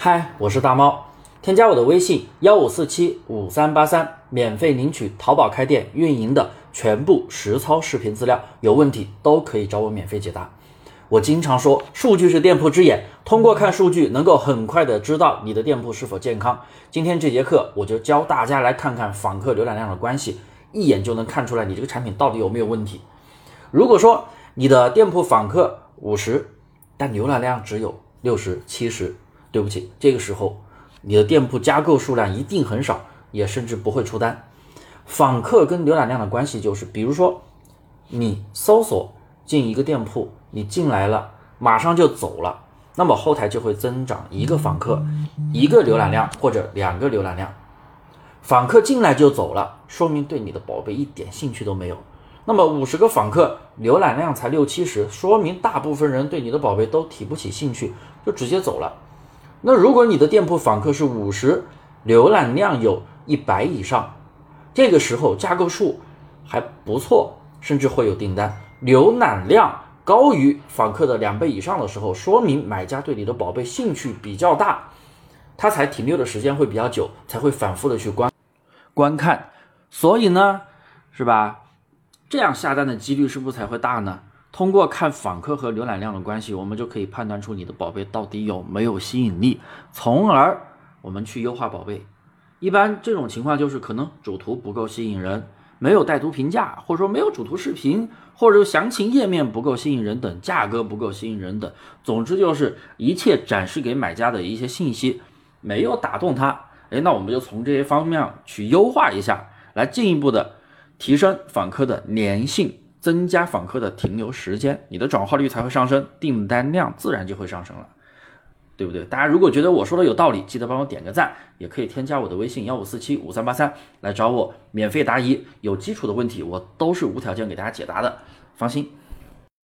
嗨，我是大猫，添加我的微信15475383，免费领取淘宝开店运营的全部实操视频资料，有问题都可以找我免费解答。我经常说，数据是店铺之眼，通过看数据能够很快的知道你的店铺是否健康。今天这节课我就教大家来看看访客浏览量的关系，一眼就能看出来你这个产品到底有没有问题。如果说你的店铺访客50，但浏览量只有60、70，对不起，这个时候你的店铺加购数量一定很少，也甚至不会出单。访客跟浏览量的关系就是，比如说你搜索进一个店铺，你进来了马上就走了，那么后台就会增长一个访客，一个浏览量或者2个浏览量。访客进来就走了，说明对你的宝贝一点兴趣都没有。那么50个访客浏览量才60、70，说明大部分人对你的宝贝都提不起兴趣，就直接走了。那如果你的店铺访客是50，浏览量有100以上，这个时候加购数还不错，甚至会有订单。浏览量高于访客的2倍以上的时候，说明买家对你的宝贝兴趣比较大，他才停留的时间会比较久，才会反复的去观看。所以呢，是吧？这样下单的几率是不是才会大呢？通过看访客和浏览量的关系，我们就可以判断出你的宝贝到底有没有吸引力，从而我们去优化宝贝。一般这种情况就是可能主图不够吸引人，没有带图评价，或者说没有主图视频，或者详情页面不够吸引人等，价格不够吸引人等。总之就是一切展示给买家的一些信息没有打动他，那我们就从这些方面去优化一下，来进一步的提升访客的粘性，增加访客的停留时间，你的转化率才会上升，订单量自然就会上升了，对不对？大家如果觉得我说的有道理，记得帮我点个赞，也可以添加我的微信15475383来找我免费答疑，有基础的问题我都是无条件给大家解答的，放心。